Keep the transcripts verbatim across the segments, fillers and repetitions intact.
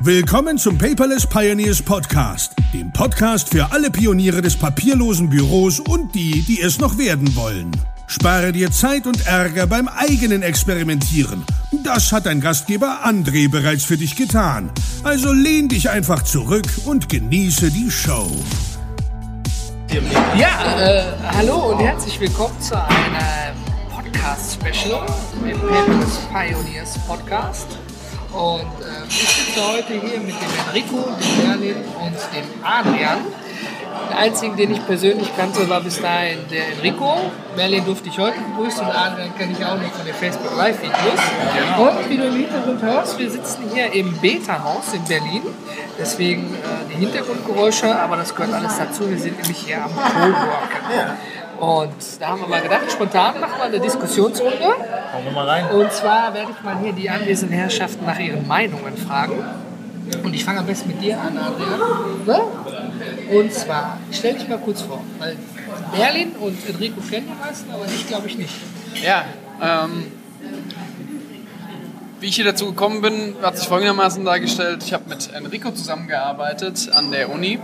Willkommen zum Paperless Pioneers Podcast, dem Podcast für alle Pioniere des papierlosen Büros und die, die es noch werden wollen. Spare dir Zeit und Ärger beim eigenen Experimentieren. Das hat dein Gastgeber André bereits für dich getan. Also lehn dich einfach zurück und genieße die Show. Ja, äh, hallo und herzlich willkommen zu einer Podcast-Special im Paperless Pioneers Podcast. Und äh, ich sitze heute hier mit dem Enrico, dem Merlin und dem Adrian. Der einzige, den ich persönlich kannte, war bis dahin der Enrico. Merlin durfte ich heute begrüßen und Adrian kenne ich auch noch von den Facebook Live-Videos. Genau. Und wie du im Hintergrund hörst, wir sitzen hier im Beta-Haus in Berlin. Deswegen äh, die Hintergrundgeräusche, aber das gehört alles dazu. Wir sind nämlich hier am Coworken. Ja. Und da haben wir mal gedacht, spontan machen wir eine Diskussionsrunde. Kommen wir mal rein. Und zwar werde ich mal hier die anwesenden Herrschaften nach ihren Meinungen fragen. Und ich fange am besten mit dir an, Adrian. Ne? Und zwar, stell dich mal kurz vor, weil Merlin und Enrico kennen die meisten, aber ich glaube ich nicht. Ja, ähm, wie ich hier dazu gekommen bin, hat sich folgendermaßen dargestellt. Ich habe mit Enrico zusammengearbeitet an der Uni.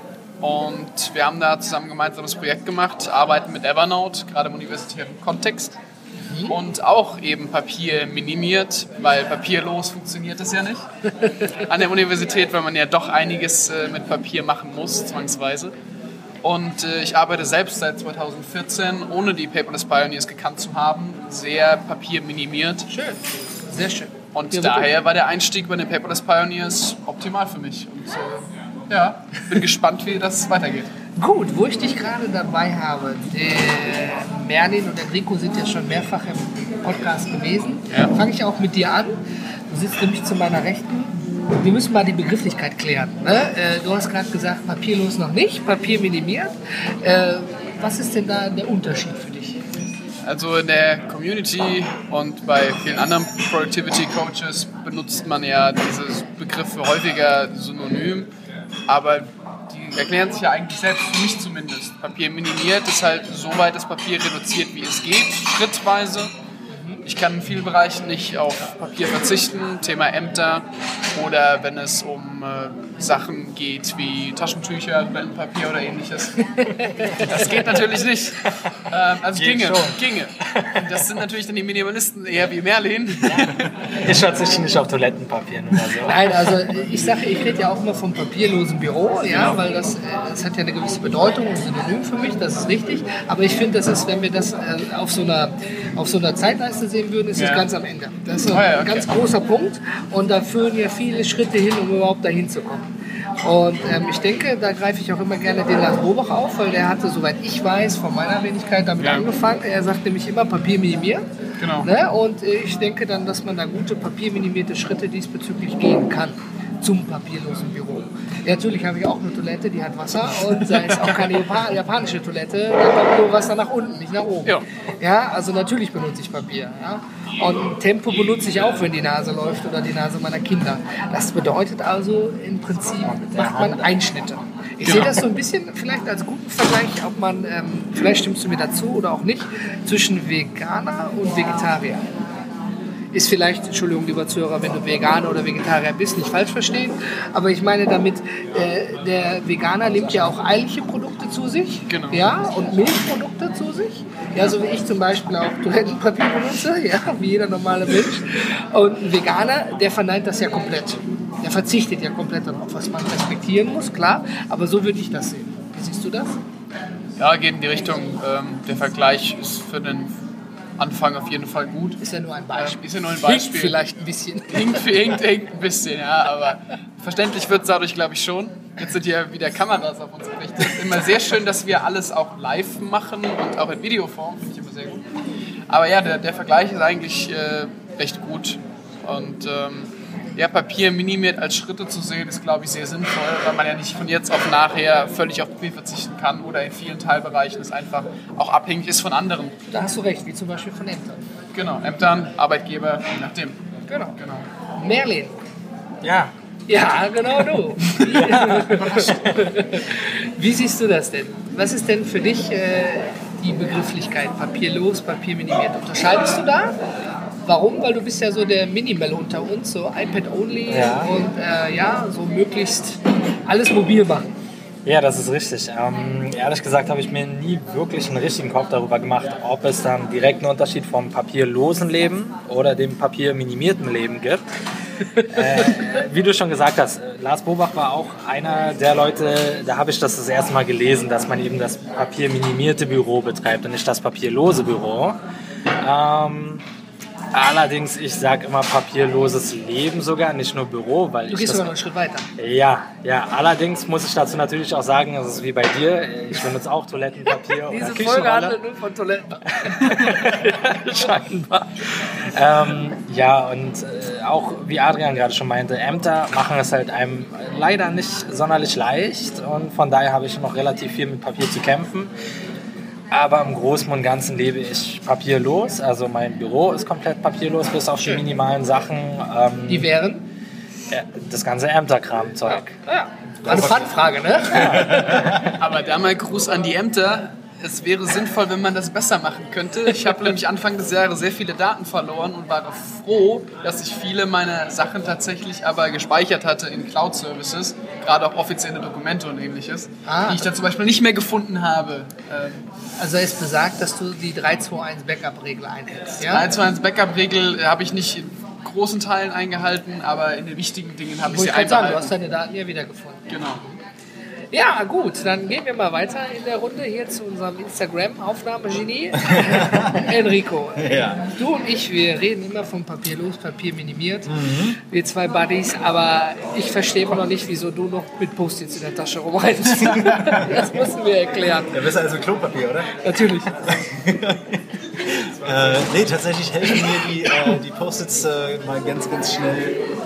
Und wir haben da zusammen ein gemeinsames Projekt gemacht, arbeiten mit Evernote, gerade im universitären Kontext. Mhm. Und auch eben Papier minimiert, weil papierlos funktioniert das ja nicht. An der Universität, weil man ja doch einiges äh, mit Papier machen muss, zwangsweise. Und äh, ich arbeite selbst seit zwanzig vierzehn, ohne die Paperless Pioneers gekannt zu haben, sehr papierminimiert. Schön, sehr schön. Und ja, daher war der Einstieg bei den Paperless Pioneers optimal für mich. Und, äh, ja, bin gespannt, wie das weitergeht. Gut, wo ich dich gerade dabei habe, der Merlin und Enrico sind ja schon mehrfach im Podcast gewesen. Ja. Fange ich auch mit dir an. Du sitzt nämlich zu meiner Rechten. Wir müssen mal die Begrifflichkeit klären. Ne? Du hast gerade gesagt, papierlos noch nicht, Papier minimiert. Was ist denn da der Unterschied für dich? Also in der Community und bei vielen anderen Productivity Coaches benutzt man ja diese Begriffe häufiger synonym. Aber die erklären sich ja eigentlich selbst, für mich zumindest. Papier minimiert ist halt so weit das Papier reduziert, wie es geht, schrittweise. Ich kann in vielen Bereichen nicht auf Papier verzichten, Thema Ämter oder wenn es um äh, Sachen geht wie Taschentücher, Toilettenpapier oder ähnliches. Das geht natürlich nicht. Ähm, also Geht ginge, schon. ginge. Das sind natürlich dann die Minimalisten eher wie Merlin. Ich verzichte nicht auf Toilettenpapier. Nur mal so. Nein, also ich sage, ich rede ja auch immer vom papierlosen Büro, ja, weil das, das hat ja eine gewisse Bedeutung und Synonym für mich, das ist richtig. Aber ich finde, das ist, wenn wir das äh, auf so einer, auf so einer Zeitleiste sehen würden, ist es ja ganz am Ende. Das ist ein oh ja, okay. ganz großer Punkt und da führen ja viele Schritte hin, um überhaupt dahin zu kommen. Und ähm, ich denke, da greife ich auch immer gerne den Lars Bobach auf, weil der hatte, soweit ich weiß, von meiner Wenigkeit damit ja. angefangen. Er sagt nämlich immer Papier minimieren. Genau. Ne? Und ich denke dann, dass man da gute papierminimierte Schritte diesbezüglich gehen kann zum papierlosen Büro. Ja, natürlich habe ich auch eine Toilette, die hat Wasser und da ist auch keine Japan- japanische Toilette, da kommt nur Wasser nach unten, nicht nach oben. Ja, ja, also natürlich benutze ich Papier. Ja? Und Tempo benutze ich auch, wenn die Nase läuft oder die Nase meiner Kinder. Das bedeutet also, im Prinzip macht man Einschnitte. Ich sehe das so ein bisschen vielleicht als guten Vergleich, ob man, ähm, vielleicht stimmst du mir dazu oder auch nicht, zwischen Veganer und Vegetarier. Ist vielleicht, Entschuldigung, lieber Zuhörer, wenn du Veganer oder Vegetarier bist, nicht falsch verstehen, aber ich meine damit, äh, der Veganer nimmt ja auch eiliche Produkte zu sich, genau. ja, und Milchprodukte zu sich, ja, so wie ich zum Beispiel auch Toilettenpapier benutze, ja, wie jeder normale Mensch. Und ein Veganer, der verneint das ja komplett. Der verzichtet ja komplett darauf, was man respektieren muss, klar, aber so würde ich das sehen. Wie siehst du das? Ja, geht in die Richtung. Ähm, der Vergleich ist für den Anfang auf jeden Fall gut. Ist ja nur ein Beispiel. Ist ja nur ein Beispiel. Hinkt vielleicht ein bisschen. Hinkt, hinkt, hinkt ein bisschen, ja, aber verständlich wird es dadurch, glaube ich, schon. Jetzt sind hier wieder Kameras auf uns gerichtet. Immer sehr schön, dass wir alles auch live machen und auch in Videoform, finde ich immer sehr gut. Aber ja, der, der Vergleich ist eigentlich äh, recht gut. Und ähm, ja, Papier minimiert als Schritte zu sehen, ist, glaube ich, sehr sinnvoll, weil man ja nicht von jetzt auf nachher völlig auf Papier verzichten kann oder in vielen Teilbereichen es einfach auch abhängig ist von anderen. Da hast du recht, wie zum Beispiel von Ämtern. Genau, Ämtern, Arbeitgeber, je nachdem. Genau. genau. Merlin. Ja. Ja, genau du. Ja. Wie siehst du das denn? Was ist denn für dich äh, die Begrifflichkeit papierlos, papierminimiert? Unterscheidest du da? Warum? Weil du bist ja so der Minimal unter uns, so iPad-only Ja. und äh, ja, so möglichst alles mobil machen. Ja, das ist richtig. Ähm, ehrlich gesagt habe ich mir nie wirklich einen richtigen Kopf darüber gemacht, ob es dann direkt einen Unterschied vom papierlosen Leben oder dem papierminimierten Leben gibt. äh, wie du schon gesagt hast, Lars Bobach war auch einer der Leute, da habe ich das das erste Mal gelesen, dass man eben das papierminimierte Büro betreibt und nicht das papierlose Büro. Ähm, allerdings, ich sage immer papierloses Leben sogar, nicht nur Büro, weil Du ich gehst das sogar noch einen Schritt weiter. Ja, ja, allerdings muss ich dazu natürlich auch sagen, das ist wie bei dir, ich benutze auch Toilettenpapier Diese oder Folge Küchenrolle. handelt nur von Toiletten. Scheinbar. Ähm, ja, und äh, auch wie Adrian gerade schon meinte, Ämter machen es halt einem leider nicht sonderlich leicht und von daher habe ich noch relativ viel mit Papier zu kämpfen. Aber im Großen und Ganzen lebe ich papierlos, also mein Büro ist komplett papierlos, bis auf Schön. die minimalen Sachen. Ähm, Die wären? äh, das ganze Ämterkram-Zeug. Ja, war eine Fun-Frage, ne? Aber da mal Gruß an die Ämter. Es wäre sinnvoll, wenn man das besser machen könnte. Ich habe nämlich Anfang des Jahres sehr viele Daten verloren und war froh, dass ich viele meiner Sachen tatsächlich aber gespeichert hatte in Cloud-Services, gerade auch offizielle Dokumente und ähnliches, Ah. die ich dann zum Beispiel nicht mehr gefunden habe. Ähm, Also es besagt, dass du die drei zwei eins Backup-Regel einhältst, ja? drei zwei eins Backup-Regel habe ich nicht in großen Teilen eingehalten, aber in den wichtigen Dingen habe ich Wo sie ich kann sagen, du hast einbehalten. deine Daten ja wiedergefunden. Genau. Ja, gut, dann gehen wir mal weiter in der Runde hier zu unserem Instagram-Aufnahmegenie. Enrico, Ja. du und ich, wir reden immer von papierlos, Papier minimiert. Mhm. Wir zwei Buddies, aber ich verstehe immer noch nicht, wieso du noch mit Post-its in der Tasche rumrennst. Das müssen wir erklären. Ja, besser als mit Klopapier, oder? Natürlich. Äh, nee, tatsächlich helfen mir die, äh, die Post-its äh, mal ganz, ganz schnell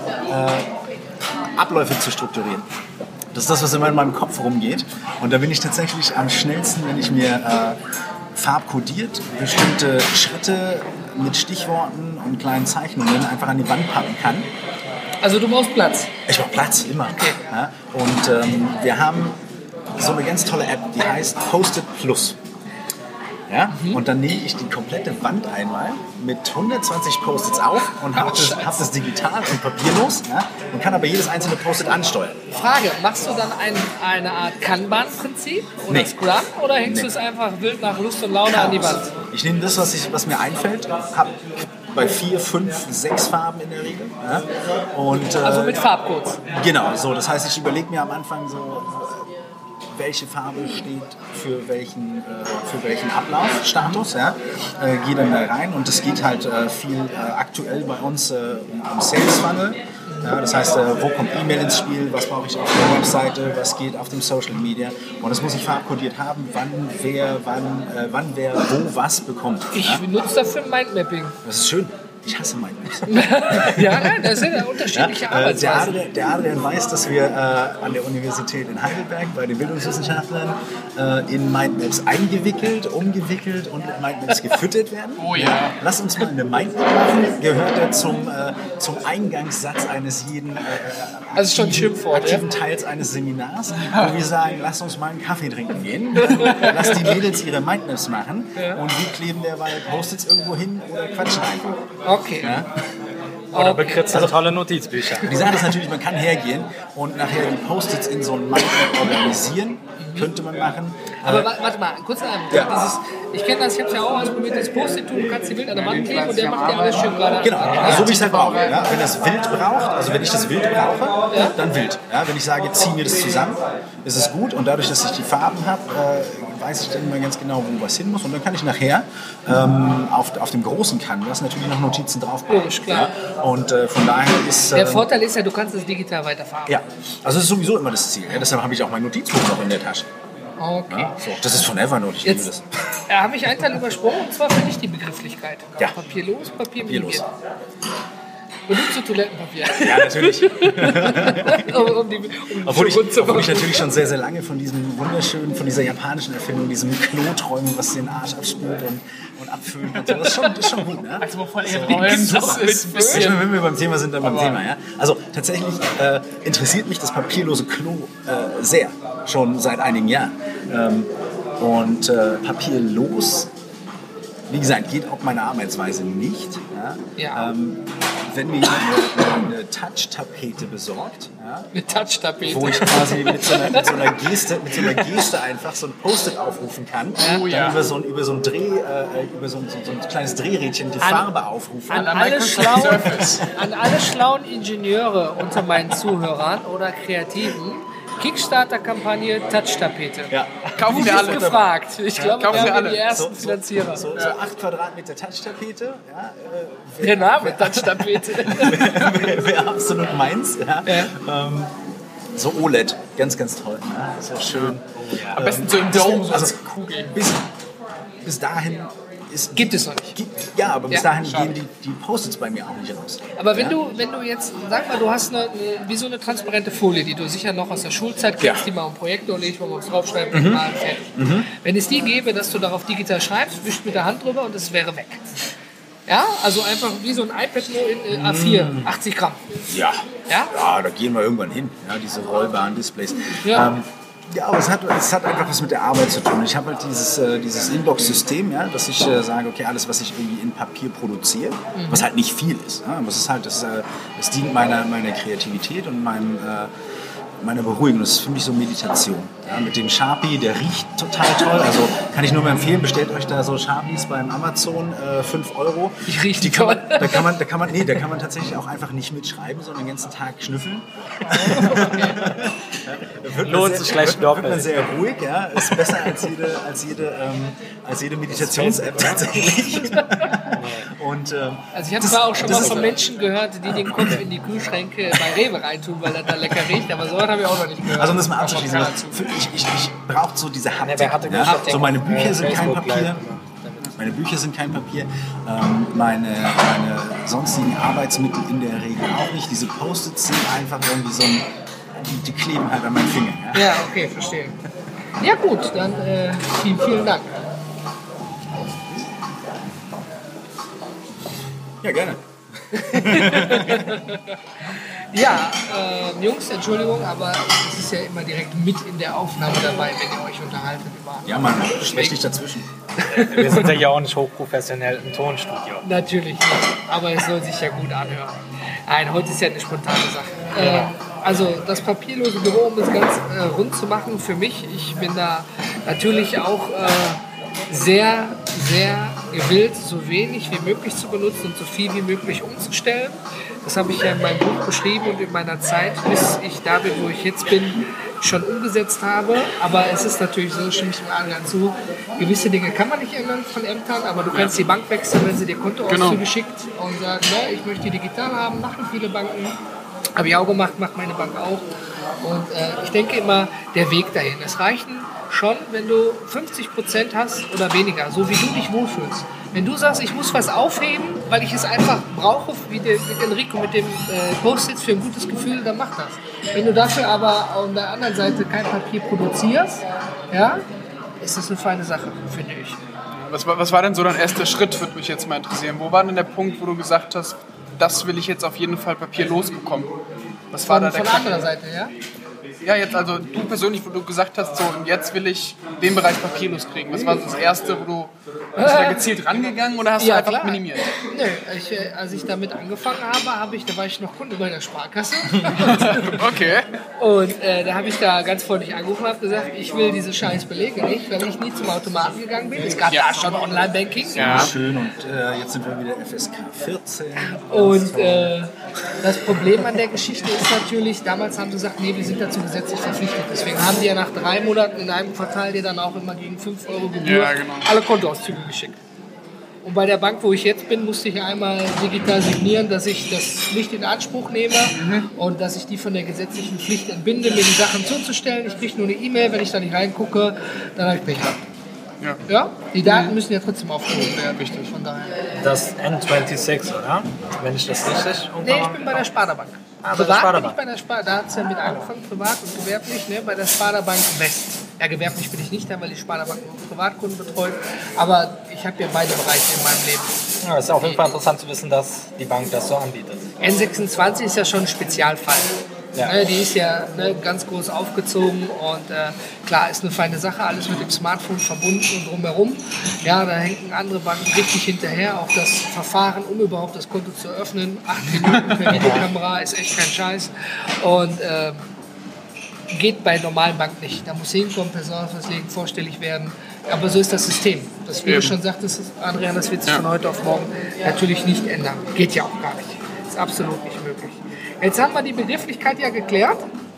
äh, Abläufe zu strukturieren. Das ist das, was immer in meinem Kopf rumgeht. Und da bin ich tatsächlich am schnellsten, wenn ich mir äh, farbkodiert bestimmte Schritte mit Stichworten und kleinen Zeichnungen einfach an die Wand pappen kann. Also du brauchst Platz. Ich brauche Platz, immer. Ja? Und ähm, wir haben so eine ganz tolle App, die heißt Post-it Plus. Ja? Mhm. Und dann nähe ich die komplette Wand einmal mit hundertzwanzig Post-its auf und habe das, hab das digital und papierlos, ja? Und kann aber jedes einzelne Post-it ansteuern. Frage, machst du dann ein, eine Art Kanban-Prinzip oder Nee. Scrum oder hängst Nee. du es einfach wild nach Lust und Laune an die Wand? Ich nehme das, was, ich, was mir einfällt, habe bei vier, fünf, sechs Farben in der Regel. Ja? Und, äh, Also mit Farbcodes. Genau, so. Das heißt, ich überlege mir am Anfang so, welche Farbe steht für welchen, äh, für welchen Ablaufstatus. Ja? Äh, gehe dann da rein und es geht halt äh, viel äh, aktuell bei uns äh, um, um Sales Funnel. Ja, das heißt, äh, wo kommt E-Mail ins Spiel, was brauche ich auf der Webseite, was geht auf dem Social Media. Und das muss ich farbkodiert haben, wann wer, wann, äh, wann wer wo was bekommt. Ich Ja? benutze dafür Mindmapping. Das ist schön. Ich hasse Mindmaps. Ja, nein, das sind ja unterschiedliche Ja, äh, der, Arbeitsweisen. Adrian, der Adrian weiß, dass wir äh, an der Universität in Heidelberg bei den Bildungswissenschaftlern äh, in Mindmaps eingewickelt, umgewickelt und mit Mindmaps gefüttert werden. Oh ja. Lass uns mal eine Mindmap machen. Gehört ja zum, äh, zum Eingangssatz eines jeden äh, Also schon ein Schimpfwort, aktiven Teils eines Seminars, wo wir sagen, lass uns mal einen Kaffee trinken gehen. Lass die Mädels ihre Mindmaps machen und wir kleben derweil Post-its irgendwo hin oder quatschen einfach. Okay. Ja? Oder bekritzeln tolle Notizbücher. Die Sache ist natürlich, man kann hergehen und nachher die Post-its in so ein Mindmap organisieren. Könnte man machen. Aber Äh, wa- warte mal, kurz an. Ja. Dieses, ich kenne das, ich habe es ja auch ausprobiert, das Post-it-Tool, du kannst die Bild an der Wand kleben und der macht dir alles schön gerade. Genau, also so wie ich es halt brauche. Ja? Wenn das wild braucht, also wenn ich das wild brauche, dann wild. Ja? Wenn ich sage, zieh mir das zusammen, ist es gut. Und dadurch, dass ich die Farben habe, äh, weiß ich dann immer ganz genau, wo was hin muss. Und dann kann ich nachher ähm, auf, auf dem großen Canvas natürlich noch Notizen drauf machen. Logisch, klar. Ja? Und äh, von daher ist... Der ähm, Vorteil ist ja, du kannst es digital weiterverarbeiten. ja, also das ist sowieso immer das Ziel. Ja? Deshalb habe ich auch mein Notizbuch noch in der Tasche. Okay. Ja? So, das ist von Evernote, ich liebe das. Jetzt äh, habe ich einen Teil übersprungen, und zwar finde ich die Begrifflichkeit. Ja. Papierlos, Papier Papierlos. minimiert. Benutzt du Toilettenpapier? Ja, natürlich. um, um die, um Obwohl ich, rund zu obwohl ich machen. natürlich schon sehr, sehr lange von diesem wunderschönen, von dieser japanischen Erfindung, diesem Kloträumen, was den Arsch abspült und, und abfüllt und so. Das ist schon, das ist schon gut, ne? Also wovon ihr So. träumt, das ist ein Ich bisschen... meine, wenn wir beim Thema sind, dann beim Thema, ja. Also tatsächlich äh, interessiert mich das papierlose Klo äh, sehr, schon seit einigen Jahren. Ähm, und äh, papierlos wie gesagt, geht auch meine Arbeitsweise nicht. Ja? Ja. Ähm, wenn mir jemand eine, eine Touch-Tapete besorgt, ja, Eine Touch-Tapete. wo ich quasi mit so, einer, mit, so einer Geste, mit so einer Geste einfach so ein Post-it aufrufen kann, Oh, dann ja. über so ein, über so ein Dreh, äh, über so ein, so, so ein kleines Drehrädchen die An- Farbe aufrufen. An An alle, Microsoft schlauen, Surface. an alle schlauen Ingenieure unter meinen Zuhörern oder Kreativen, Kickstarter-Kampagne Touch-Tapete. Ja. Kaufen Ich wir bin alle. gefragt. Ich glaube, kaufen wir wir haben alle. die ersten So, so, Finanzierer. so, so acht Quadratmeter Touch-Tapete, ja, äh, Der Name Touch-Tapete. wäre wär absolut meins. Ja. Ähm, so O L E D, ganz, ganz toll. Ja, so schön. Am besten so im Dome, so Also, als Kugel. bis, bis dahin ist, Gibt es noch nicht. gibt, ja, aber bis Ja, dahin schade. gehen die, die Post-its bei mir auch nicht raus. Aber wenn ja? du, wenn du jetzt, sag mal, du hast eine, eine, wie so eine transparente Folie, die du sicher noch aus der Schulzeit kennst, Ja. die mal im Projektor legt, wo man was draufschreibt, mhm. mal fertig. Wenn es die gäbe, dass du darauf digital schreibst, wischst mit der Hand drüber und es wäre weg. Ja, also einfach wie so ein iPad nur in äh, A vier, achtzig Gramm. Ja. Ja? Ja, da gehen wir irgendwann hin, ja, diese rollbaren Displays. Ja. Ähm, ja, aber es hat, es hat einfach was mit der Arbeit zu tun. Ich habe halt dieses, äh, dieses Inbox-System, ja, dass ich äh, sage, okay, alles, was ich irgendwie in Papier produziere, was halt nicht viel ist, ja, aber es ist halt, das, äh, das dient meiner, meiner Kreativität und meinem, äh, meiner Beruhigung. Das ist für mich so Meditation. Ja, mit dem Sharpie, der riecht total toll. Also kann ich nur mal empfehlen, bestellt euch da so Sharpies beim Amazon, äh, fünf Euro. Die riechen Die kann man, toll. da kann man, da kann man, nee, da kann man tatsächlich auch einfach nicht mitschreiben, sondern den ganzen Tag schnüffeln. Wird man Lohnt sehr- sich gleich wird, wird man doppelt. sehr ruhig, ja. Ist besser als jede, als jede, ähm, als jede Meditations-App tatsächlich. Und, ähm, Also ich habe das- zwar auch schon das mal ist- von Menschen gehört, die den Kopf in die Kühlschränke bei Rewe reintun, weil er da lecker riecht, aber so was habe ich auch noch nicht gehört. Also um das mal abzuschließen, für- ich, ich, ich brauche so diese Haptik. wer hatte ja? Haptik? So meine Bücher Äh, sind kein Facebook Papier. Live. Meine Bücher sind kein Papier. Ähm, meine, meine sonstigen Arbeitsmittel in der Regel auch nicht. Diese Post-its sind einfach irgendwie so ein, die, die kleben halt an meinen Fingern. Ja? Ja, okay, verstehe. Ja gut, dann äh, vielen, vielen Dank. Ja, gerne. Ja, äh, Jungs, Entschuldigung, aber es ist ja immer direkt mit in der Aufnahme dabei, wenn ihr euch unterhaltet über. Ja, man schwächt dich dazwischen. Wir sind ja hier auch nicht hochprofessionell im Tonstudio. Natürlich nicht, aber es soll sich ja gut anhören. Nein, heute ist ja eine spontane Sache. Äh, also das papierlose Büro, um es ganz äh, rund zu machen, für mich, ich bin da natürlich auch äh, sehr, sehr gewillt, so wenig wie möglich zu benutzen und so viel wie möglich umzustellen. Das habe ich ja in meinem Buch beschrieben und in meiner Zeit, bis ich da bin, wo ich jetzt bin, schon umgesetzt habe. Aber es ist natürlich so, stimme ich dem Adrian zu, gewisse Dinge kann man nicht ändern von Ämtern, aber du kannst die Bank wechseln, wenn sie dir Kontoauszüge Genau. schickt und sagt, ne, ich möchte die digital haben, machen viele Banken. Habe ich auch gemacht, macht meine Bank auch. Und äh, ich denke immer, der Weg dahin. Es reichen schon, wenn du fünfzig Prozent hast oder weniger, so wie du dich wohlfühlst. Wenn du sagst, ich muss was aufheben, weil ich es einfach brauche, wie der, mit Enrico mit dem äh, Post-its für ein gutes Gefühl, dann mach das. Wenn du dafür aber auf der anderen Seite kein Papier produzierst, ja, ist das eine feine Sache, finde ich. Was war, was war denn so dein erster Schritt, würde mich jetzt mal interessieren. Wo war denn der Punkt, wo du gesagt hast, das will ich jetzt auf jeden Fall papierlos bekommen? Was war Von, da der von Knack- anderer Seite, ja? Ja, jetzt also du persönlich, wo du gesagt hast, so und jetzt will ich den Bereich papierlos kriegen. Was war das Erste, wo du, bist du da gezielt rangegangen oder hast du einfach klar. minimiert? Nö, ich, äh, als ich damit angefangen habe, habe ich, da war ich noch Kunde bei der Sparkasse. Okay. Und äh, da habe ich da ganz freundlich angerufen und habe gesagt, ich will diese scheiß Belege nicht, weil ich nie zum Automaten gegangen bin. Es gab Ja. da schon Online-Banking. Ja. Schön, und äh, jetzt sind wir wieder F S K vierzehn. Und äh, das Problem an der Geschichte ist natürlich, damals haben sie gesagt, nee, wir sind dazu gesetzlich verpflichtet. Deswegen haben die ja nach drei Monaten in einem Quartal dir dann auch immer gegen fünf Euro Gebühr Ja, genau. alle Kontoauszüge geschickt. Und bei der Bank, wo ich jetzt bin, musste ich einmal digital signieren, dass ich das nicht in Anspruch nehme und dass ich die von der gesetzlichen Pflicht entbinde, mir die Sachen zuzustellen. Ich kriege nur eine E-Mail, wenn ich da nicht reingucke, dann habe ich Pech gehabt. Ja. Ja, die Daten müssen ja trotzdem aufgehoben werden. Richtig. Von daher. Das N sechsundzwanzig, oder? Wenn ich das richtig Nee, ich bin bei der Sparda-Bank. Ah, bei der Privat Sparda-Bank. bin ich bei der Sparda. Da hat es ja mit angefangen, privat und gewerblich, ne, bei der Sparda-Bank West. Ja, gewerblich bin ich nicht da, weil die Sparda-Bank nur Privatkunden betreut. Aber ich habe ja beide Bereiche in meinem Leben. Ja, ist auf jeden Fall interessant zu wissen, dass die Bank das so anbietet. N sechsundzwanzig ist ja schon ein Spezialfall. Ja. Ne, die ist ja ne, ganz groß aufgezogen und äh, klar, ist eine feine Sache, alles mit dem Smartphone verbunden und drumherum. Ja, da hängen andere Banken richtig hinterher. Auch das Verfahren, um überhaupt das Konto zu öffnen, acht Minuten per Videokamera, ist echt kein Scheiß. Und äh, geht bei normalen Banken nicht. Da muss hinkommen, Personalausweis legen, vorstellig werden. Aber so ist das System. Das, wie du schon sagtest, Adrian, das wird sich ja. von heute auf morgen natürlich nicht ändern. Geht ja auch gar nicht. Ist absolut nicht möglich. Jetzt haben wir die Begrifflichkeit ja geklärt.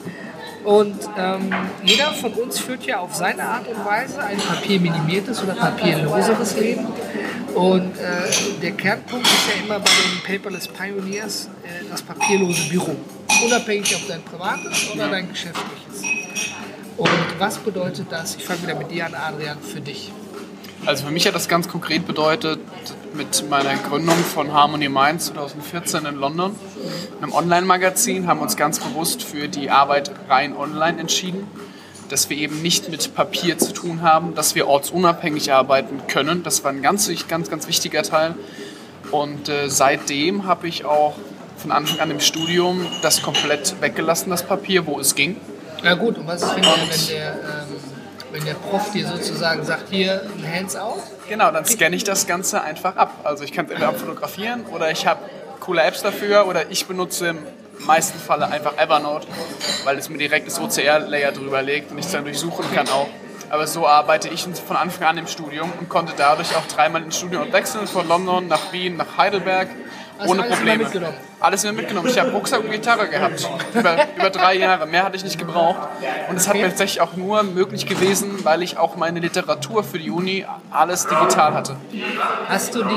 Und ähm, jeder von uns führt ja auf seine Art und Weise ein papierminimiertes oder papierloseres Leben. Und äh, der Kernpunkt ist ja immer bei den Paperless Pioneers äh, das papierlose Büro. Unabhängig ob dein privates oder dein geschäftliches. Und was bedeutet das? Ich fange wieder mit dir an, Adrian, für dich. Also für mich hat das ganz konkret bedeutet, mit meiner Gründung von Harmony Mind zwanzig vierzehn in London, einem Online-Magazin, haben wir uns ganz bewusst für die Arbeit rein online entschieden, dass wir eben nicht mit Papier zu tun haben, dass wir ortsunabhängig arbeiten können. Das war ein ganz, ganz, ganz wichtiger Teil. Und äh, seitdem habe ich auch von Anfang an im Studium das komplett weggelassen, das Papier, wo es ging. Na gut, und was ist, wenn der, wenn der, ähm, wenn der Prof dir sozusagen sagt, hier ein Hands-out? Genau, dann scanne ich das Ganze einfach ab. Also ich kann es entweder abfotografieren oder ich habe coole Apps dafür oder ich benutze im meisten Falle einfach Evernote, weil es mir direkt das O C R-Layer drüber legt und ich es dann durchsuchen kann auch. Aber so arbeite ich von Anfang an im Studium und konnte dadurch auch dreimal ins Studium wechseln, von London nach Wien, nach Heidelberg, also ohne alles Probleme. Immer mitgenommen. Alles immer mitgenommen. Ich habe Rucksack und Gitarre gehabt, über, über drei Jahre. Mehr hatte ich nicht gebraucht. Und es hat mir tatsächlich auch nur möglich gewesen, weil ich auch meine Literatur für die Uni alles digital hatte. Hast du die,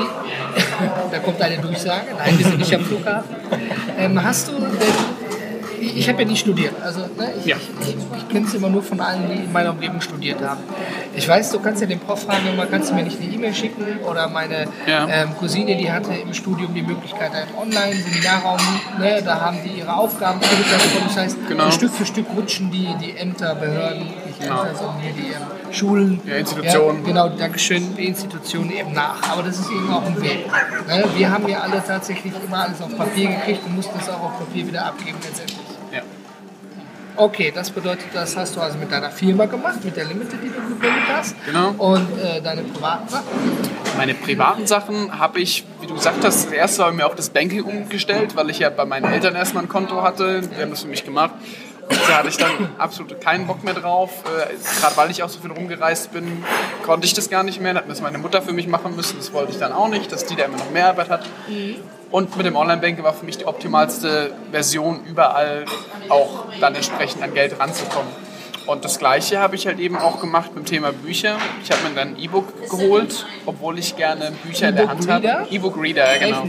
da kommt eine Durchsage, nein, wir sind nicht am Flughafen. Ähm, hast du denn, ich habe ja nicht studiert, also ne, ich, Ja. ich, ich kenne es immer nur von allen, die in meiner Umgebung studiert haben. Ich weiß, du kannst ja den Prof fragen, immer, kannst du mir nicht eine E-Mail schicken oder meine Ja. ähm, Cousine, die hatte im Studium die Möglichkeit, einen Online-Seminarraum, ne, da haben die ihre Aufgaben bekommen, das heißt, Genau. so Stück für Stück rutschen die, die Ämter, Behörden, nicht Genau. Ämter, sondern hier die ähm, Schulen, Ja, Institutionen. Ja, genau, Dankeschön, die Institutionen eben nach. Aber das ist eben auch ein Weg. Ne? Wir haben ja alle tatsächlich immer alles auf Papier gekriegt und mussten es auch auf Papier wieder abgeben letztendlich. Ja. Okay, das bedeutet, das hast du also mit deiner Firma gemacht, mit der Limited, die du gegründet hast. Genau. Und äh, deine privaten Sachen? Meine privaten Sachen habe ich, wie du gesagt hast, das erste habe ich mir auf das Banking umgestellt, weil ich ja bei meinen Eltern erstmal ein Konto hatte. Die haben das für mich gemacht. Und da hatte ich dann absolut keinen Bock mehr drauf. Äh, Gerade weil ich auch so viel rumgereist bin, konnte ich das gar nicht mehr. Dann hat das meine Mutter für mich machen müssen. Das wollte ich dann auch nicht, dass die da immer noch mehr Arbeit hat. Mhm. Und mit dem Online-Banking war für mich die optimalste Version, überall auch dann entsprechend an Geld ranzukommen. Und das Gleiche habe ich halt eben auch gemacht mit dem Thema Bücher. Ich habe mir dann ein E-Book geholt, obwohl ich gerne Bücher in der Hand habe. E-Book-Reader, genau.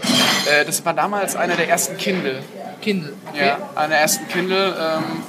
Äh, das war damals einer der ersten Kindle. Kindle, okay. Ja, einer der ersten Kindle. Ähm,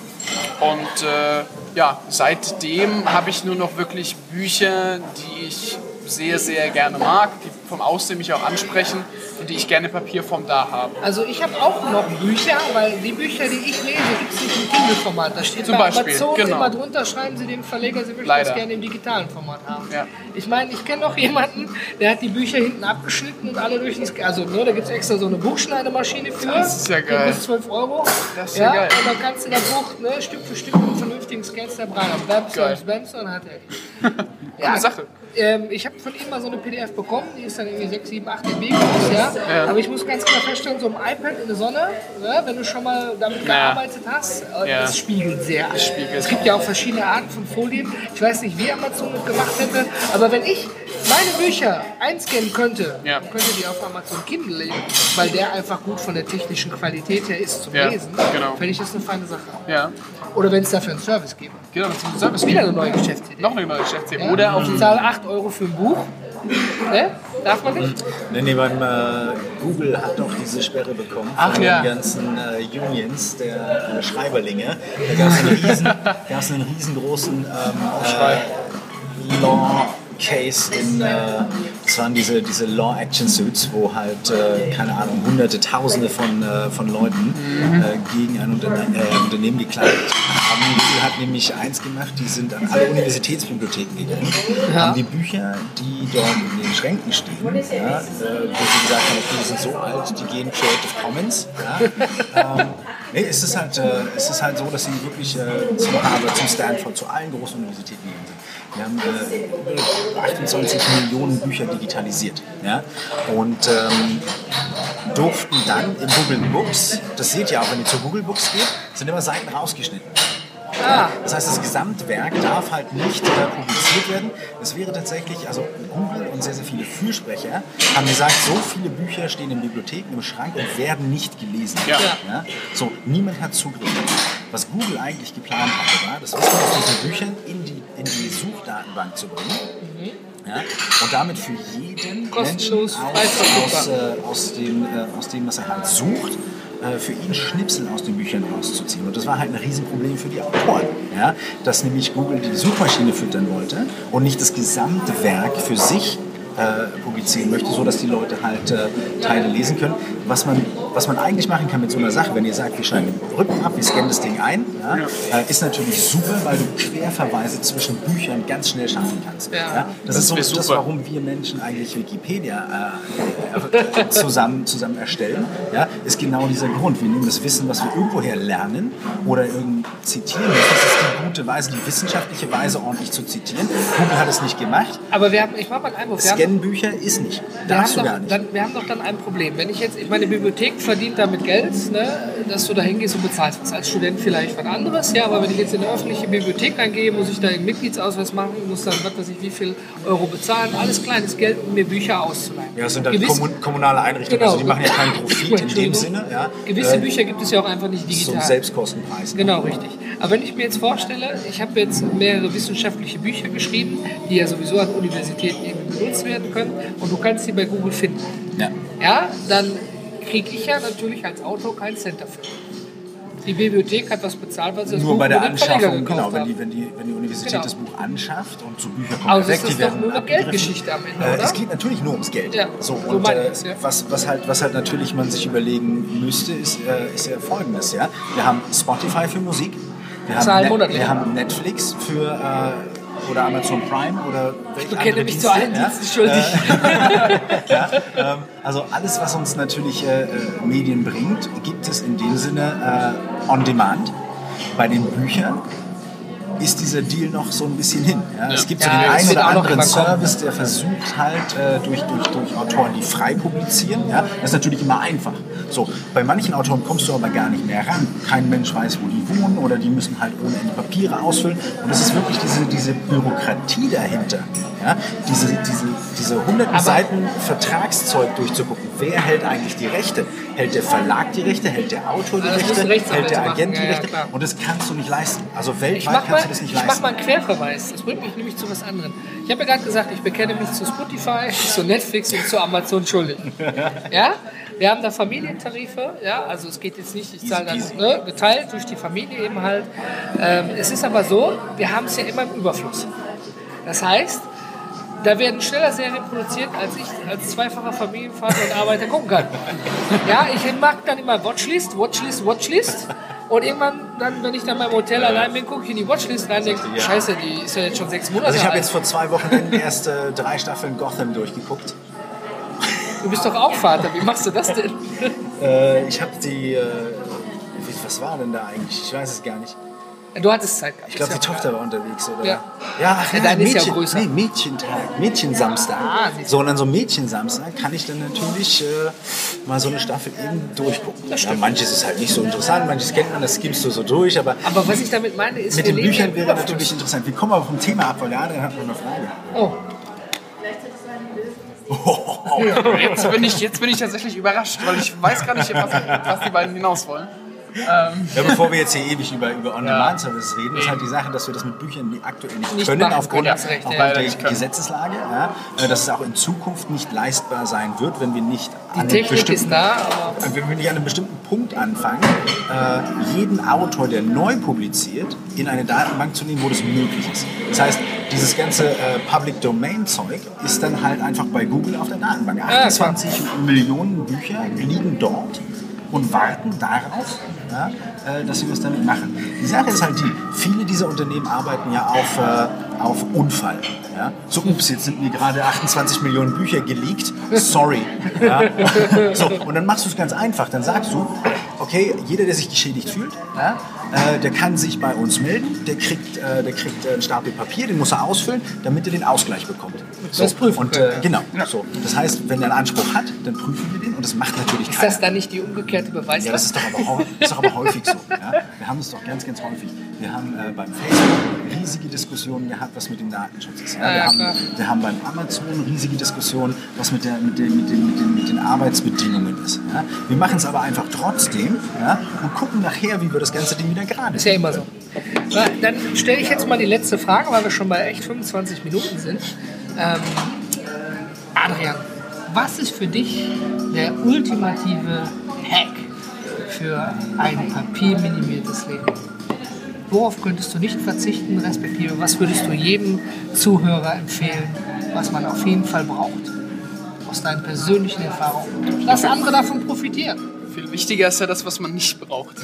und äh, ja, seitdem habe ich nur noch wirklich Bücher, die ich sehr, sehr gerne mag, die vom Aussehen mich auch ansprechen und die ich gerne in Papierform da habe. Also ich habe auch noch Bücher, weil die Bücher, die ich lese, gibt es nicht im Kindle-Format. Da steht Zum bei Beispiel, Amazon genau. immer drunter, schreiben Sie dem Verleger, Sie möchten Leider. das gerne im digitalen Format haben. Ja. Ich meine, ich kenne noch jemanden, der hat die Bücher hinten abgeschnitten und alle durch die... Also ne, da gibt es extra so eine Buchschneidemaschine für. Das ist ja geil. Bis zwölf Euro. Das ist ja geil. Und dann kannst du in der Buch ne, Stück für Stück mit einem vernünftigen Scan-Step rein. Bams, Geil. bams, bams, und dann hat er die. Coole Sache. Ähm, ich habe von ihm mal so eine P D F bekommen, die ist dann irgendwie sechs, sieben, acht M B groß, ja? Ja. Aber ich muss ganz klar feststellen, so ein iPad in der Sonne, ja, wenn du schon mal damit Ja. gearbeitet hast, äh, Ja. das spiegelt sehr. Das spiegelt. Es gibt ja auch verschiedene Arten von Folien. Ich weiß nicht, wie Amazon das gemacht hätte, aber wenn ich meine Bücher einscannen könnte, Ja. dann könnte die auf Amazon Kindle legen, weil der einfach gut von der technischen Qualität her ist zum Ja, Lesen. genau. Fände ich das eine feine Sache. Ja, Oder wenn es dafür einen Service gäbe. genau. Das ist ein Service. Wieder eine neue Geschäftsidee. Noch eine neue Geschäftsidee. Ja? Oder auf Ich zahle acht Euro für ein Buch. Ne? Darf man nicht? Nee, nee, beim äh, Google hat doch diese Sperre bekommen Ach, von ja. den ganzen äh, Unions der äh, Schreiberlinge. Da gab es einen, riesen, gab's einen riesengroßen ähm, äh, Law Case in, äh, das waren diese, diese Law-Action-Suits, wo halt, äh, keine Ahnung, hunderte, tausende von, äh, von Leuten äh, gegen ein Unterne äh, Unternehmen geklagt haben. Google hat nämlich eins gemacht, die sind an alle Universitätsbibliotheken gegangen, ja. haben die Bücher, die dort in den Schränken stehen, ja, äh, wo sie gesagt haben, okay, die sind so alt, die gehen Creative Commons. Ja, ähm, nee, es ist halt, äh, es ist halt so, dass sie wirklich äh, zum Harvard, zum Stanford, zu allen großen Universitäten gegangen sind. Wir haben äh, achtundzwanzig Millionen Bücher digitalisiert, ja? Und ähm, durften dann in Google Books, das seht ihr auch, wenn ihr zu Google Books geht, sind immer Seiten rausgeschnitten. Ah. Das heißt, das Gesamtwerk darf halt nicht äh, publiziert werden. Es wäre tatsächlich, also Google und sehr, sehr viele Fürsprecher haben gesagt, so viele Bücher stehen in Bibliotheken im Schrank und werden nicht gelesen. Ja. Ja? So, niemand hat Zugriff. Was Google eigentlich geplant hatte, war, das Wissen aus diesen Büchern in die, in die Suchdatenbank zu bringen. Mhm. Ja? Und damit für jeden kostenlos Menschen aus, aus, äh, aus, dem, äh, aus dem, was er halt sucht, für ihn Schnipsel aus den Büchern rauszuziehen. Und das war halt ein Riesenproblem für die Autoren, ja? Dass nämlich Google die Suchmaschine füttern wollte und nicht das gesamte Werk für sich äh, publizieren möchte, sodass die Leute halt äh, Teile lesen können. Was man, was man eigentlich machen kann mit so einer Sache, wenn ihr sagt, wir schneiden den Rücken ab, wir scannen das Ding ein, ja, äh, ist natürlich super, weil du Querverweise zwischen Büchern ganz schnell schaffen kannst. Ja. Ja? Das, das ist so das, das, warum wir Menschen eigentlich Wikipedia äh, zusammen, zusammen erstellen, ja, ist genau dieser Grund. Wir nehmen das Wissen, was wir irgendwoher lernen oder irgend zitieren. Das ist die gute Weise, die wissenschaftliche Weise, ordentlich zu zitieren. Google hat es nicht gemacht. Aber wir haben, ich mache mal einen Einwurf. Scannen-Bücher ist nicht. Darfst du gar nicht. Dann, wir haben doch dann ein Problem. Wenn ich jetzt, ich meine, die Bibliothek verdient damit Geld, ne, dass du da hingehst und bezahlst was. Als Student vielleicht was anderes, ja, aber wenn ich jetzt in eine öffentliche Bibliothek reingehe, muss ich da einen Mitgliedsausweis machen, muss dann, was weiß ich, wie viel Euro bezahlen. Alles kleines Geld, um mir Bücher auszuleihen. Ja, das sind dann Gewiss, kommunale Einrichtungen, genau, also die machen ja keinen Profit in dem Sinne. Ja. Gewisse äh, Bücher gibt es ja auch einfach nicht digital. So Selbstkostenpreis. Ne? Genau, richtig. Aber wenn ich mir jetzt vorstelle, ich habe jetzt mehrere wissenschaftliche Bücher geschrieben, die ja sowieso an Universitäten irgendwie benutzt werden können, und du kannst sie bei Google finden. Ja. Ja, dann kriege ich ja natürlich als Autor keinen Cent dafür. Die Bibliothek hat was bezahlt, was sie nur bei der Anschaffung, genau, wenn die, wenn, die, wenn die Universität genau. das Buch anschafft und so Bücher kommen also weg, die werden nur eine Geldgeschichte am Ende, äh, oder? Es geht natürlich nur ums Geld. Ja. So, so und äh, ja. was, was, halt, was halt natürlich man sich überlegen müsste, ist, äh, ist ja Folgendes. Ja? Wir haben Spotify für Musik, wir haben, Net, wir haben Netflix für... Äh, oder Amazon Prime oder welche Ich bekenne mich zu allen Diensten schuldig. Ja, ähm, also alles, was uns natürlich äh, Medien bringt, gibt es in dem Sinne äh, on demand. Bei den Büchern ist dieser Deal noch so ein bisschen hin. Ja? Ja. Es gibt so ja, den einen oder anderen Service, der versucht halt äh, durch, durch, durch Autoren, die frei publizieren. Ja? Das ist natürlich immer einfach. So, bei manchen Autoren kommst du aber gar nicht mehr ran. Kein Mensch weiß, wo die wohnen oder die müssen halt ohne Ende Papiere ausfüllen. Und es ist wirklich diese, diese Bürokratie dahinter. Ja? Diese, diese, diese hunderten Seiten Vertragszeug durchzugucken. Wer hält eigentlich die Rechte? Hält der Verlag die Rechte? Hält der Autor die also Rechte? Hält der Agent machen. die Rechte? Ja, ja, und das kannst du nicht leisten. Also weltweit kannst mal, du das nicht ich leisten. Ich mache mal einen Querverweis. Das bringt mich nämlich zu was anderem. Ich habe ja gerade gesagt, ich bekenne mich zu Spotify, zu Netflix und zu Amazon schuldig. Ja? Wir haben da Familientarife, ja, also es geht jetzt nicht, ich zahle dann ne, geteilt durch die Familie eben halt. Ähm, es ist aber so, wir haben es ja immer im Überfluss. Das heißt, da werden schneller Serien produziert, als ich als zweifacher Familienvater und Arbeiter gucken kann. Ja, ich mag dann immer Watchlist, Watchlist, Watchlist. Und irgendwann, dann, wenn ich dann beim Hotel ja. allein bin, gucke ich in die Watchlist rein und denke, ja. Scheiße, die ist ja jetzt schon sechs Monate alt. Also ich habe jetzt vor zwei Wochen erst äh, drei Staffeln Gotham durchgeguckt. Du bist doch auch Vater, wie machst du das denn? äh, ich habe die, äh, was war denn da eigentlich? Ich weiß es gar nicht. Du hattest Zeit gehabt. Ich glaube, die Tochter war unterwegs, oder? Ja. Ja, ach, ja, ja Mädchen, ist ja größer. Nee, Mädchentag, Mädchensamstag. Ah, so, und an so einem Mädchensamstag kann ich dann natürlich äh, mal so eine Staffel eben durchgucken. Ja, manches ist halt nicht so interessant, manches kennt man, das skimmst du so durch, aber... Aber was ich damit meine, ist... Mit den Büchern wäre natürlich interessant. Wir kommen aber vom Thema ab, weil der Adrian hat noch eine Frage. Oh. Oh, jetzt, bin ich, jetzt bin ich tatsächlich überrascht, weil ich weiß gar nicht, was, was die beiden hinaus wollen. Ähm. Ja, bevor wir jetzt hier ewig über, über On-Demand-Services reden, ist halt die Sache, dass wir das mit Büchern aktuell nicht, nicht können, machen, aufgrund, recht, aufgrund ja. der Gesetzeslage. Ja, dass es auch in Zukunft nicht leistbar sein wird, wenn wir nicht, die an, Technik einem ist da, aber wenn wir nicht an einem bestimmten Punkt anfangen, äh, jeden Autor, der neu publiziert, in eine Datenbank zu nehmen, wo das möglich ist. Das heißt, dieses ganze äh, Public Domain Zeug ist dann halt einfach bei Google auf der Datenbank. achtundzwanzig Millionen Bücher liegen dort und warten darauf, ja, äh, dass sie was damit machen. Die Sache ist halt die, viele dieser Unternehmen arbeiten ja auf, äh, auf Unfall. Ja? So, ups, jetzt sind mir gerade achtundzwanzig Millionen Bücher geleakt, sorry. Ja? So, und dann machst du es ganz einfach, dann sagst du, okay, jeder, der sich geschädigt fühlt, ja, äh, der kann sich bei uns melden, der kriegt, äh, der kriegt einen Stapel Papier, den muss er ausfüllen, damit er den Ausgleich bekommt. So, das prüfen und äh, genau, so. Das heißt, wenn er einen Anspruch hat, dann prüfen wir den und das macht natürlich Ist keiner. das dann nicht die umgekehrte Beweislast? Ja, das ist doch aber, hau- ist doch aber häufig so. Ja? Wir haben es doch ganz, ganz häufig. Wir haben äh, beim Facebook riesige Diskussionen gehabt, was mit dem Datenschutz ist. Ja? Ah, ja, wir, haben, klar. wir haben beim Amazon riesige Diskussionen, was mit, der, mit, den, mit, den, mit, den, mit den Arbeitsbedingungen ist. Ja? Wir machen es aber einfach trotzdem, ja? Und gucken nachher, wie wir das ganze Ding wieder gerade Ist ja immer so. Na, dann stelle ich jetzt mal die letzte Frage, weil wir schon bei echt fünfundzwanzig Minuten sind. Ähm, Adrian, was ist für dich der ultimative Hack für ein papierminimiertes Leben? Worauf könntest du nicht verzichten, respektive was würdest du jedem Zuhörer empfehlen, was man auf jeden Fall braucht? Aus deinen persönlichen Erfahrungen. Lass andere davon profitieren. Viel wichtiger ist ja das, was man nicht braucht.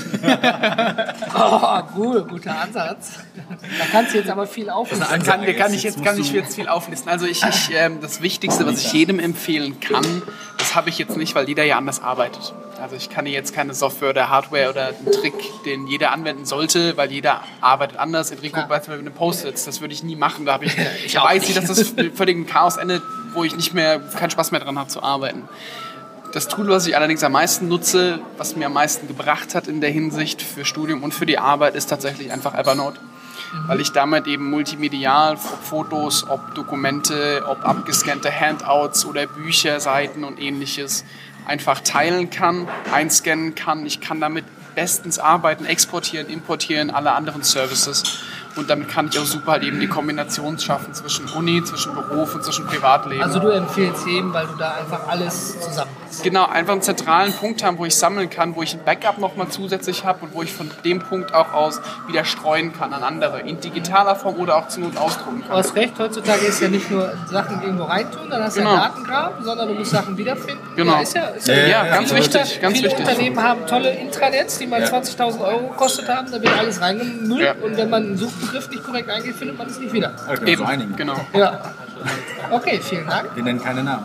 Oh, cool, guter Ansatz. Da kannst du jetzt aber viel auflisten. Da kann, da kann ich jetzt, kann ich jetzt viel auflisten. Also ich, ich, ähm, das Wichtigste, was ich jedem empfehlen kann, das habe ich jetzt nicht, weil jeder ja anders arbeitet. Also ich kann jetzt keine Software oder Hardware oder einen Trick, den jeder anwenden sollte, weil jeder arbeitet anders. Enrico Ja. weiß mit einem Post-its, das würde ich nie machen. Da habe ich, ich auch weiß, nicht. dass das völlig im Chaos endet, wo ich nicht mehr, keinen Spaß mehr dran habe zu arbeiten. Das Tool, was ich allerdings am meisten nutze, was mir am meisten gebracht hat in der Hinsicht für Studium und für die Arbeit, ist tatsächlich einfach Evernote. Weil ich damit eben multimedial, ob Fotos, ob Dokumente, ob abgescannte Handouts oder Bücher, Seiten und ähnliches einfach teilen kann, einscannen kann. Ich kann damit bestens arbeiten, exportieren, importieren, alle anderen Services. Und damit kann ich auch super halt eben die Kombination schaffen zwischen Uni, zwischen Beruf und zwischen Privatleben. Also du empfiehlst jedem, weil du da einfach alles zusammen hast. Genau, einfach einen zentralen Punkt haben, wo ich sammeln kann, wo ich ein Backup nochmal zusätzlich habe und wo ich von dem Punkt auch aus wieder streuen kann an andere. In digitaler Form oder auch zur Not ausdrucken Du kann. hast recht, heutzutage ist ja nicht nur Sachen irgendwo reintun, dann hast du Genau. ja Datengrab, sondern du musst Sachen wiederfinden. Genau. Ja, ist ja, ist ja, Ja, ja, ganz viele wichtig, Unter- ganz viele wichtig. Unternehmen haben tolle Intranets, die mal zwanzigtausend Euro gekostet haben, da wird alles reingemüllt Ja. und wenn man einen Suchbegriff nicht korrekt eingeht, findet man es nicht wieder. Okay, so einigen. Genau. Ja. Okay, vielen Dank. Wir nennen keine Namen.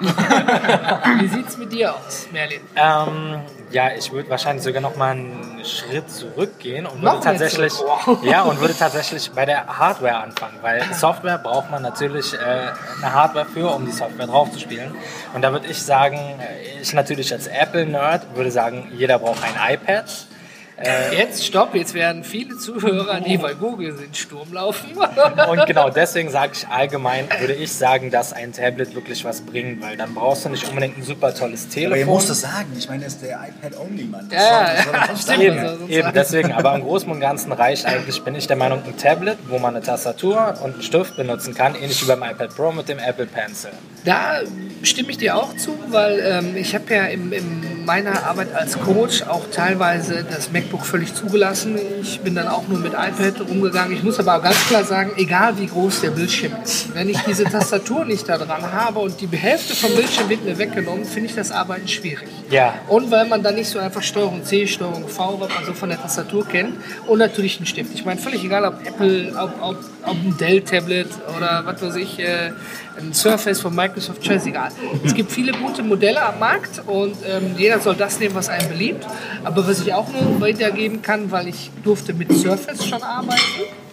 Wie sieht es mit dir aus, Merlin? Ähm, ja, ich würde wahrscheinlich sogar noch mal einen Schritt zurückgehen und Noch würde einen tatsächlich, zurück? Wow. ja, und würde tatsächlich bei der Hardware anfangen, weil Software braucht man natürlich äh, eine Hardware für, um die Software draufzuspielen. Und da würde ich sagen, ich natürlich als Apple-Nerd würde sagen, jeder braucht ein iPad. Jetzt, stopp, jetzt werden viele Zuhörer, die bei Google sind, Sturm laufen. Und genau deswegen sage ich allgemein, würde ich sagen, dass ein Tablet wirklich was bringt, weil dann brauchst du nicht unbedingt ein super tolles Telefon. Aber ihr müsst es sagen, ich meine, er ist der iPad-Only-Mann. Ja, ja, Das soll- stimmt. Eben, Also, sonst eben sagen- deswegen, aber im Großen und Ganzen reicht eigentlich, bin ich der Meinung, ein Tablet, wo man eine Tastatur und einen Stift benutzen kann, ähnlich wie beim iPad Pro mit dem Apple Pencil. Da stimme ich dir auch zu, weil ähm, ich habe ja in, in meiner Arbeit als Coach auch teilweise das MacBook völlig zugelassen. Ich bin dann auch nur mit iPad umgegangen. Ich muss aber auch ganz klar sagen, egal wie groß der Bildschirm ist, wenn ich diese Tastatur nicht da dran habe und die Hälfte vom Bildschirm wird mir weggenommen, finde ich das Arbeiten schwierig. Ja. Und weil man dann nicht so einfach Steuerung C, Steuerung V, was man so von der Tastatur kennt, und natürlich einen Stift. Ich meine, völlig egal, ob Apple, ob, ob, ob ein Dell-Tablet oder was weiß ich, äh, ein Surface von Microsoft, scheißegal. Es gibt viele gute Modelle am Markt und ähm, jeder soll das nehmen, was einem beliebt. Aber was ich auch nur weitergeben kann, weil ich durfte mit Surface schon arbeiten.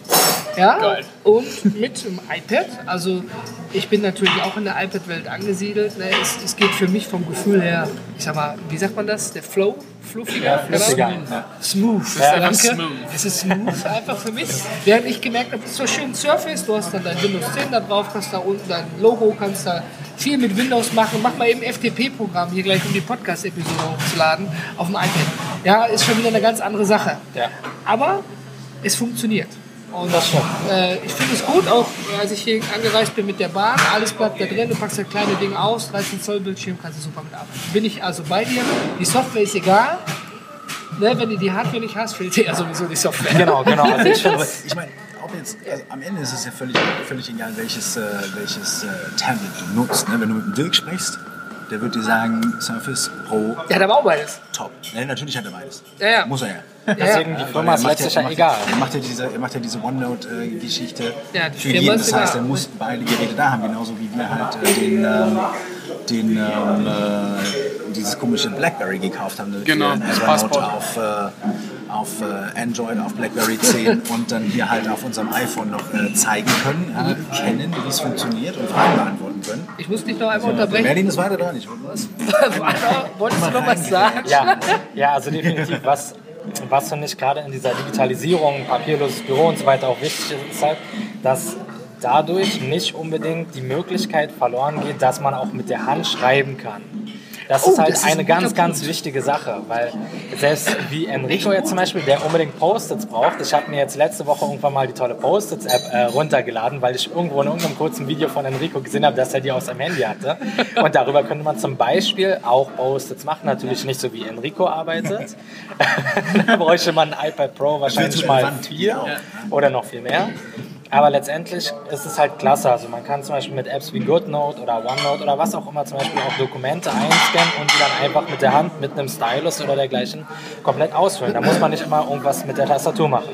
Ja, und mit dem iPad. Also ich bin natürlich auch in der iPad-Welt angesiedelt. Ne? Es, es geht für mich vom Gefühl her, ich sag mal, wie sagt man das? Der Flow? Fluffiger? Ja, fluffiger, Genau? ja. Smooth. Ja, Danke. smooth. Es ist smooth einfach für mich. Während ich gemerkt habe, es ist so schön Surface, du hast dann dein Windows zehn da drauf, kannst da unten dein Logo, kannst da viel mit Windows machen. Mach mal eben F T P-Programm hier gleich, um die Podcast-Episode hochzuladen auf dem iPad. Ja, ist schon wieder eine ganz andere Sache. Ja. Aber es funktioniert. Und äh, ich finde es gut, auch als ich hier angereist bin mit der Bahn, alles bleibt da drin, du packst das kleine Ding aus, dreizehn Zoll Bildschirm, kannst du super mitarbeiten. Bin ich also bei dir, die Software ist egal, ne, wenn du die Hardware nicht hast, fehlt dir ja sowieso die Software. Genau, genau. Also ich finde, Ich meine, ob jetzt, also am Ende ist es ja völlig, völlig egal, welches, äh, welches äh, Tablet du nutzt. Ne? Wenn du mit dem Dirk sprichst, der wird dir sagen, Surface Pro. Der hat aber auch beides. Top. Ja, natürlich hat er beides. Ja, ja. Muss er ja. Deswegen die Firma ist letztlich ja egal. Er macht ja diese, er macht ja diese OneNote-Geschichte Ja, die für Firma jeden. ist Das heißt, egal. er muss beide Geräte da haben, genauso wie wir halt äh, den, ähm, den ähm, äh, dieses komische BlackBerry gekauft haben. Genau, für das Evernote Passport. auf, äh, auf äh, Android, auf BlackBerry zehn und dann hier halt auf unserem iPhone noch äh, zeigen können, äh, kennen, wie es funktioniert und Fragen beantworten können. Ich muss dich noch einmal unterbrechen. Merlin ist weiter dran. Ich Wolltest du noch was sagen? Ja, ja, also definitiv. Was, was finde ich gerade in dieser Digitalisierung, papierloses Büro und so weiter auch wichtig ist, ist halt, dass dadurch nicht unbedingt die Möglichkeit verloren geht, dass man auch mit der Hand schreiben kann. Das Oh, ist halt das ist eine ein ganz, guter ganz Punkt. wichtige Sache, weil selbst wie Enrico jetzt zum Beispiel, der unbedingt Post-its braucht, ich habe mir jetzt letzte Woche irgendwann mal die tolle Post-its-App äh, runtergeladen, weil ich irgendwo in irgendeinem kurzen Video von Enrico gesehen habe, dass er die aus seinem Handy hatte. Und darüber könnte man zum Beispiel auch Post-its machen, natürlich nicht so wie Enrico arbeitet. Da bräuchte man ein iPad Pro wahrscheinlich mal vier oder noch viel mehr. Aber letztendlich ist es halt klasse. Also man kann zum Beispiel mit Apps wie GoodNote oder OneNote oder was auch immer zum Beispiel auch Dokumente einscannen und die dann einfach mit der Hand, mit einem Stylus oder dergleichen komplett ausfüllen. Da muss man nicht immer irgendwas mit der Tastatur machen.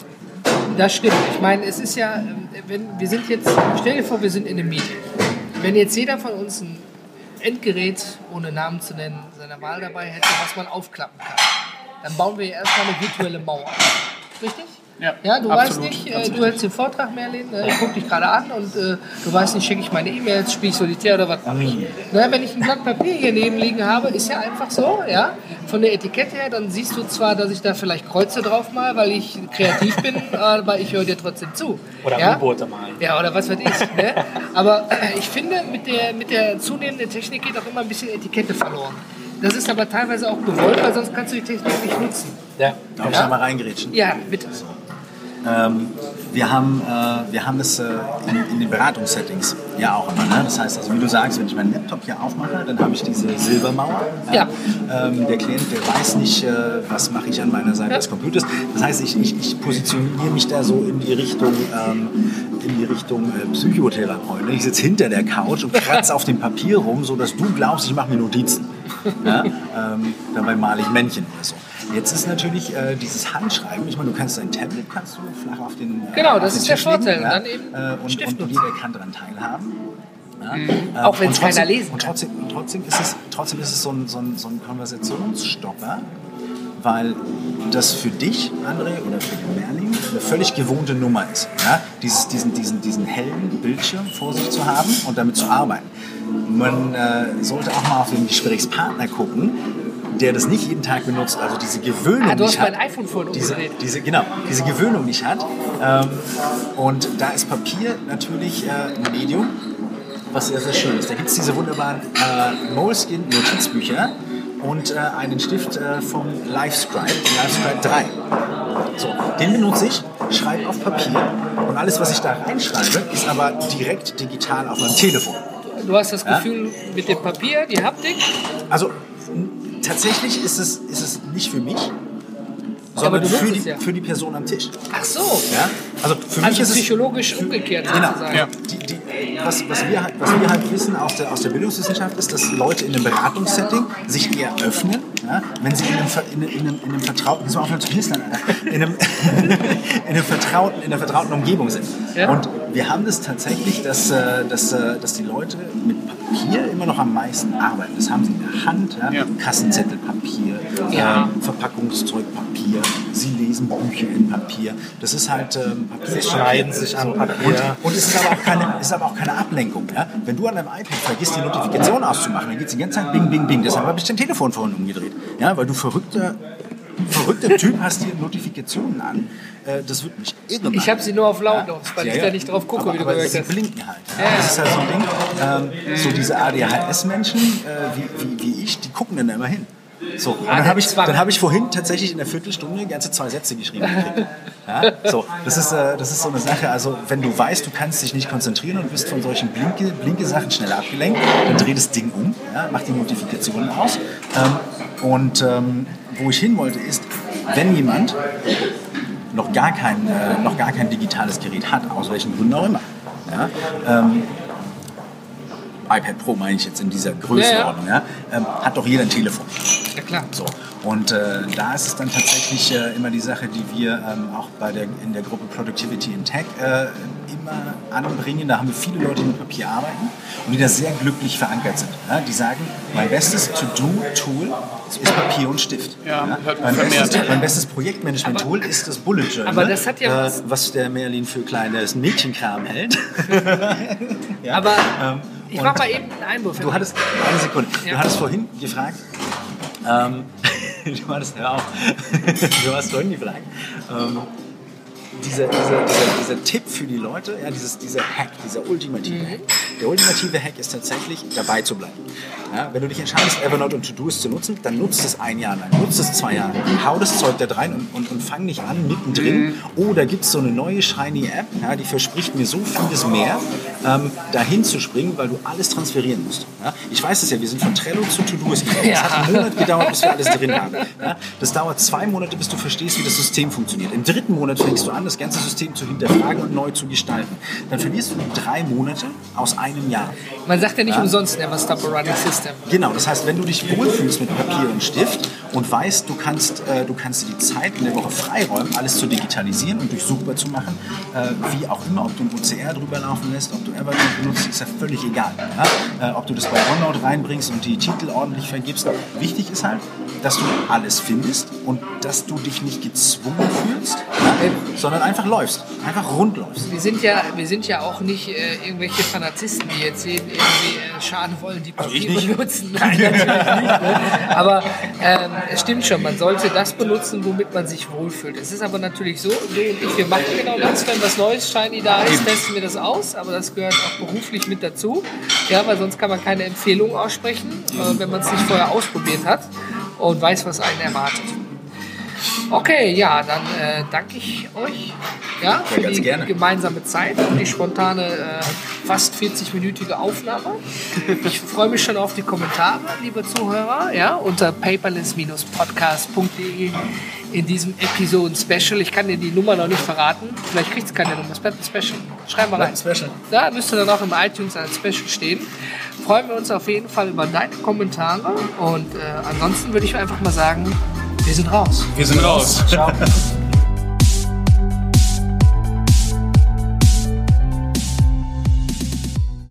Das stimmt. Ich meine, es ist ja, ähm, wenn wir sind jetzt, stell dir vor, wir sind in einem Meeting. Wenn jetzt jeder von uns ein Endgerät, ohne Namen zu nennen, seiner Wahl dabei hätte, was man aufklappen kann, dann bauen wir ja erstmal eine virtuelle Mauer. Richtig? Ja, Ja, du absolut, weißt nicht, äh, absolut. du hältst den Vortrag, Merlin, äh, ich gucke dich gerade an und äh, du weißt nicht, schicke ich meine E-Mails, spiele ich Solitär oder was mache ich. Na, wenn ich ein Blatt Papier hier neben liegen habe, ist ja einfach so, ja, von der Etikette her, dann siehst du zwar, dass ich da vielleicht Kreuze drauf mal, weil ich kreativ bin, aber ich höre dir trotzdem zu. Oder ja? U-Boote malen. Ja, oder was weiß ich. Ne? Aber äh, ich finde, mit der, mit der zunehmenden Technik geht auch immer ein bisschen Etikette verloren. Das ist aber teilweise auch gewollt, weil sonst kannst du die Technik nicht nutzen. Ja. Darf ich Ja? da mal reingrätschen? Ja, bitte. Ähm, wir haben, äh, wir haben es äh, in, in den Beratungssettings ja auch immer. Ne? Das heißt, also wie du sagst, wenn ich meinen Laptop hier aufmache, dann habe ich diese Silbermauer. Ja. Ähm, der Klient, der weiß nicht, äh, was mache ich an meiner Seite Ja. des Computers. Das heißt, ich, ich, ich positioniere mich da so in die Richtung, ähm, in die Richtung äh, Psychotherapeut. Ich sitze hinter der Couch und kratze auf dem Papier rum, sodass du glaubst, ich mache mir Notizen. Ja? Ähm, dabei male ich Männchen oder so. Jetzt ist natürlich äh, dieses Handschreiben, ich meine, du kannst dein Tablet kannst du flach auf den äh, Genau, auf das den ist der Tisch legen, Vorteil. ja? Dann eben äh, und, Stift und, und nutzen. jeder kann daran teilhaben. Ja? Ähm, Auch wenn es und trotzdem- keiner lesen und kann. trotzdem, und trotzdem ist es, trotzdem ist es so ein, so ein, so ein Konversationsstopper, weil das für dich, André, oder für den Merlin eine völlig gewohnte Nummer ist. Ja? Dieses, diesen, diesen, diesen hellen Bildschirm vor sich zu haben und damit zu arbeiten. Man äh, sollte auch mal auf den Gesprächspartner gucken, der das nicht jeden Tag benutzt, also diese Gewöhnung Ah, du nicht hast hat. mein iPhone vorhin diese, umgedreht. diese, genau, diese Gewöhnung nicht hat. Ähm, und da ist Papier natürlich äh, ein Medium, was sehr, sehr schön ist. Da gibt es diese wunderbaren äh, Moleskine-Notizbücher und äh, einen Stift äh, vom LiveScribe, den LiveScribe drei. So, den benutze ich, schreibe auf Papier und alles, was ich da reinschreibe, ist aber direkt digital auf meinem Telefon. Du hast das Ja? Gefühl mit dem Papier, die Haptik. Also n- tatsächlich ist es, ist es nicht für mich, aber sondern du nutzt für es die, ja. für die Person am Tisch. Ach so. Ja? Also für mich Also ist es psychologisch umgekehrt Genau. sozusagen. Ja. Die, die, was, was, wir halt, was wir halt wissen aus der, aus der Bildungswissenschaft ist, dass Leute in einem Beratungssetting sich eher öffnen, ja, wenn sie in einem, Ver- in, in, einem, in einem vertrauten, das war aufhören zu knistern, Alter. in, einem, in, einem vertrauten, in einer vertrauten Umgebung sind. Ja. Und wir haben das tatsächlich, dass, äh, dass, äh, dass die Leute mit Papier immer noch am meisten arbeiten. Das haben sie in der Hand, ja? Ja. Kassenzettelpapier, Ja. äh, Verpackungszeugpapier, sie lesen Bücher in Papier. Das ist halt ähm, Papier. Sie schneiden sich an Papier. Und, und es ist aber auch keine, es ist aber auch keine Ablenkung. Ja? Wenn du an deinem iPad vergisst, die Notifikation auszumachen, dann geht es die ganze Zeit bing, bing, bing. Deshalb habe ich dein Telefon vorhin umgedreht. Ja? Weil du verrückter, verrückter Typ hast hier Notifikationen an. Äh, das wird mich irre machen. Ich habe sie nur auf lautlos, weil Ja, ich ja. da nicht drauf gucke, aber, wie du aber gesagt sie hast. blinken halt. Ja? Ja, ja. Das ist halt so ein Ding. Ähm, so diese A D H S-Menschen, äh, wie, wie, wie ich, die gucken dann da immer hin. So, und Ah, dann der habe ich, Zwang. dann hab ich vorhin tatsächlich in der Viertelstunde ganze zwei Sätze geschrieben gekriegt. Ja? So, das, ist, äh, das ist so eine Sache, also wenn du weißt, du kannst dich nicht konzentrieren und bist von solchen blinke, blinke Sachen schnell abgelenkt, dann dreh das Ding um, ja? Mach die Notifikationen aus. Ähm, und ähm, wo ich hin wollte ist, wenn jemand noch gar kein, äh, noch gar kein digitales Gerät hat, aus welchen Gründen auch immer. Ja? Ähm, iPad Pro meine ich jetzt in dieser Größenordnung, ja, ja. Ähm, hat doch jeder ein Telefon. Ja, klar. So. Und äh, da ist es dann tatsächlich äh, immer die Sache, die wir ähm, auch bei der, in der Gruppe Productivity in Tech äh, immer anbringen. Da haben wir viele Leute, die mit Papier arbeiten und die da sehr glücklich verankert sind. Ja? Die sagen, mein bestes To-Do-Tool ist Papier und Stift. Ja, ja? hört Mein, vermehrt. bestes, mein bestes Projektmanagement-Tool ist das Bullet Journal, aber das hat ja äh, was- was der Merlin für kleines Mädchenkram hält. Ja? Aber Ähm, ich und mach mal eben einen Einwurf. Du hattest, eine Sekunde, Ja. du hattest vorhin gefragt, ähm, du hattest, hör auf, du hast vorhin gefragt, ähm, dieser, dieser, dieser, dieser Tipp für die Leute, ja, dieses, dieser Hack, dieser ultimative Mhm. Hack. Der ultimative Hack ist tatsächlich, dabei zu bleiben. Ja, wenn du dich entscheidest, Evernote und To-Do's zu nutzen, dann nutzt es ein Jahr lang, nutzt es zwei Jahre lang, hau das Zeug da rein und, und, und fang nicht an mittendrin. Mhm. Oh, da gibt es so eine neue shiny App, ja, die verspricht mir so vieles mehr, ähm, dahin zu springen, weil du alles transferieren musst. Ja? Ich weiß es ja, wir sind von Trello zu To-Do's gekommen. Es hat einen Monat gedauert, bis wir alles drin haben. Ja? Das dauert zwei Monate, bis du verstehst, wie das System funktioniert. Im dritten Monat fängst du an, das ganze System zu hinterfragen und neu zu gestalten. Dann verlierst du drei Monate aus einem Jahr. Man sagt ja nicht Ja. umsonst Never Stop a Running System. Genau, das heißt, wenn du dich wohlfühlst mit Papier und Stift und weißt, du kannst, äh, du kannst dir die Zeit in der Woche freiräumen, alles zu digitalisieren und durchsuchbar zu machen, äh, wie auch immer, ob du ein O C R drüber laufen lässt, ob du Evernote benutzt, ist ja völlig egal. Ja? Äh, ob du das bei OneNote reinbringst und die Titel ordentlich vergibst. Wichtig ist halt, dass du alles findest und dass du dich nicht gezwungen fühlst, ja? sondern einfach läufst, einfach rund läufst. Wir sind ja, wir sind ja auch nicht äh, irgendwelche Fanatisten, die jetzt jeden irgendwie äh, schaden wollen, die Also ich Papier nicht. benutzen. Nein, natürlich nicht. Ne? Aber ähm, es stimmt schon, man sollte das benutzen, womit man sich wohlfühlt. Es ist aber natürlich so, du und ich, wir machen genau das, wenn was Neues, shiny da ist, testen wir das aus, aber das gehört auch beruflich mit dazu. Ja, weil sonst kann man keine Empfehlung aussprechen, äh, wenn man es nicht vorher ausprobiert hat und weiß, was einen erwartet. Okay, ja, dann äh, danke ich euch ja, für ganz die gerne. gemeinsame Zeit und die spontane, äh, fast vierzig-minütige Aufnahme. Ich freue mich schon auf die Kommentare, liebe Zuhörer, ja, unter paperless podcast punkt de in diesem Episoden-Special. Ich kann dir die Nummer noch nicht verraten. Vielleicht kriegt es keine Nummer. Es bleibt ein Special. Schreib mal rein. Special. Da müsste dann auch im iTunes als Special stehen. Freuen wir uns auf jeden Fall über deine Kommentare. Und äh, ansonsten würde ich einfach mal sagen, wir sind raus. Wir sind raus. Ciao.